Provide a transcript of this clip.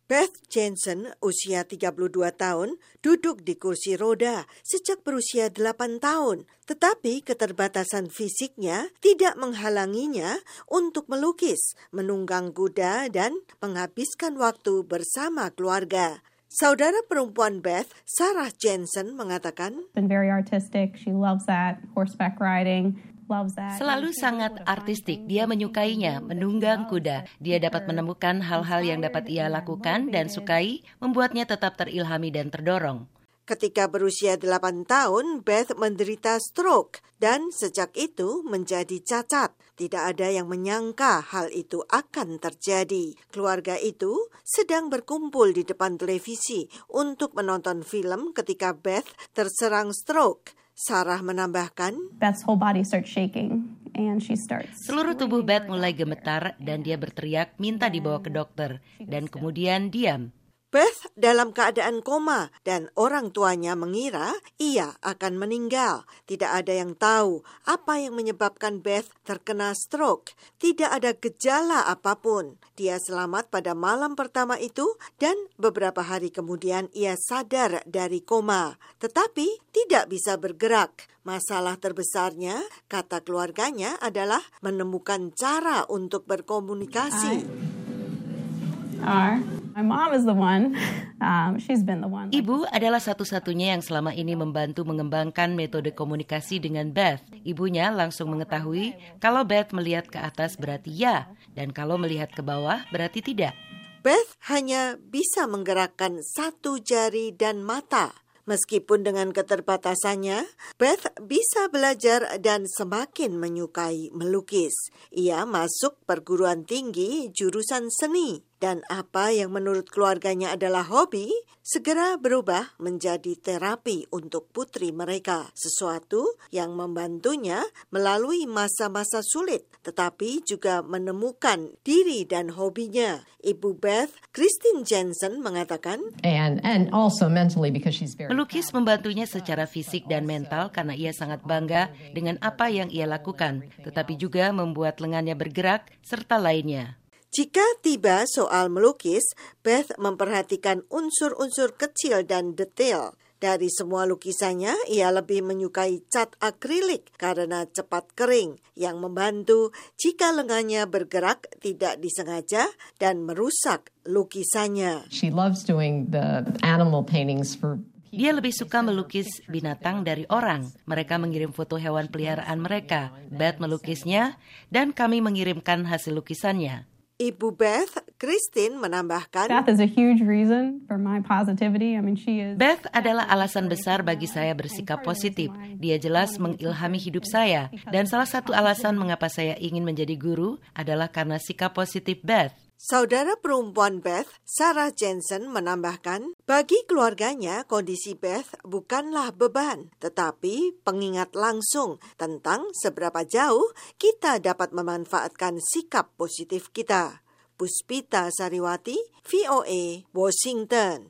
Beth Jensen, usia 32 tahun, duduk di kursi roda sejak berusia 8 tahun. Tetapi keterbatasan fisiknya tidak menghalanginya untuk melukis, menunggang kuda, dan menghabiskan waktu bersama keluarga. Saudara perempuan Beth, Sarah Jensen, mengatakan, Been very artistic. She loves that horseback riding. Selalu sangat artistik, dia menyukainya, menunggang kuda. Dia dapat menemukan hal-hal yang dapat ia lakukan dan sukai, membuatnya tetap terilhami dan terdorong. Ketika berusia 8 tahun, Beth menderita stroke dan sejak itu menjadi cacat. Tidak ada yang menyangka hal itu akan terjadi. Keluarga itu sedang berkumpul di depan televisi untuk menonton film ketika Beth terserang stroke. Sarah menambahkan, Beth's whole body starts shaking and she starts. Seluruh tubuh Beth mulai gemetar dan dia berteriak minta dibawa ke dokter dan kemudian diam. Beth dalam keadaan koma dan orang tuanya mengira ia akan meninggal. Tidak ada yang tahu apa yang menyebabkan Beth terkena stroke. Tidak ada gejala apapun. Dia selamat pada malam pertama itu dan beberapa hari kemudian ia sadar dari koma. Tetapi tidak bisa bergerak. Masalah terbesarnya, kata keluarganya, adalah menemukan cara untuk berkomunikasi. My mom is the one. She's been the one. Ibu adalah satu-satunya yang selama ini membantu mengembangkan metode komunikasi dengan Beth. Ibunya langsung mengetahui kalau Beth melihat ke atas berarti ya, dan kalau melihat ke bawah berarti tidak. Beth hanya bisa menggerakkan satu jari dan mata. Meskipun dengan keterbatasannya, Beth bisa belajar dan semakin menyukai melukis. Ia masuk perguruan tinggi jurusan seni. Dan apa yang menurut keluarganya adalah hobi, segera berubah menjadi terapi untuk putri mereka. Sesuatu yang membantunya melalui masa-masa sulit, tetapi juga menemukan diri dan hobinya. Ibu Beth, Christine Jensen, mengatakan, And also mentally because she's very melukis membantunya secara fisik dan mental karena ia sangat bangga dengan apa yang ia lakukan, tetapi juga membuat lengannya bergerak serta lainnya. Jika tiba soal melukis, Beth memperhatikan unsur-unsur kecil dan detail. Dari semua lukisannya, ia lebih menyukai cat akrilik karena cepat kering, yang membantu jika lengannya bergerak tidak disengaja dan merusak lukisannya. She loves doing the animal paintings for Dia lebih suka melukis binatang dari orang. Mereka mengirim foto hewan peliharaan mereka. Beth melukisnya dan kami mengirimkan hasil lukisannya. Ibu Beth, Christine, menambahkan, Beth is a huge reason for my positivity. I mean, she is. Beth adalah alasan besar bagi saya bersikap positif. Dia jelas mengilhami hidup saya. Dan salah satu alasan mengapa saya ingin menjadi guru adalah karena sikap positif Beth. Saudara perempuan Beth, Sarah Jensen, menambahkan, bagi keluarganya kondisi Beth bukanlah beban, tetapi pengingat langsung tentang seberapa jauh kita dapat memanfaatkan sikap positif kita. Puspita Sariwati, VOA, Washington.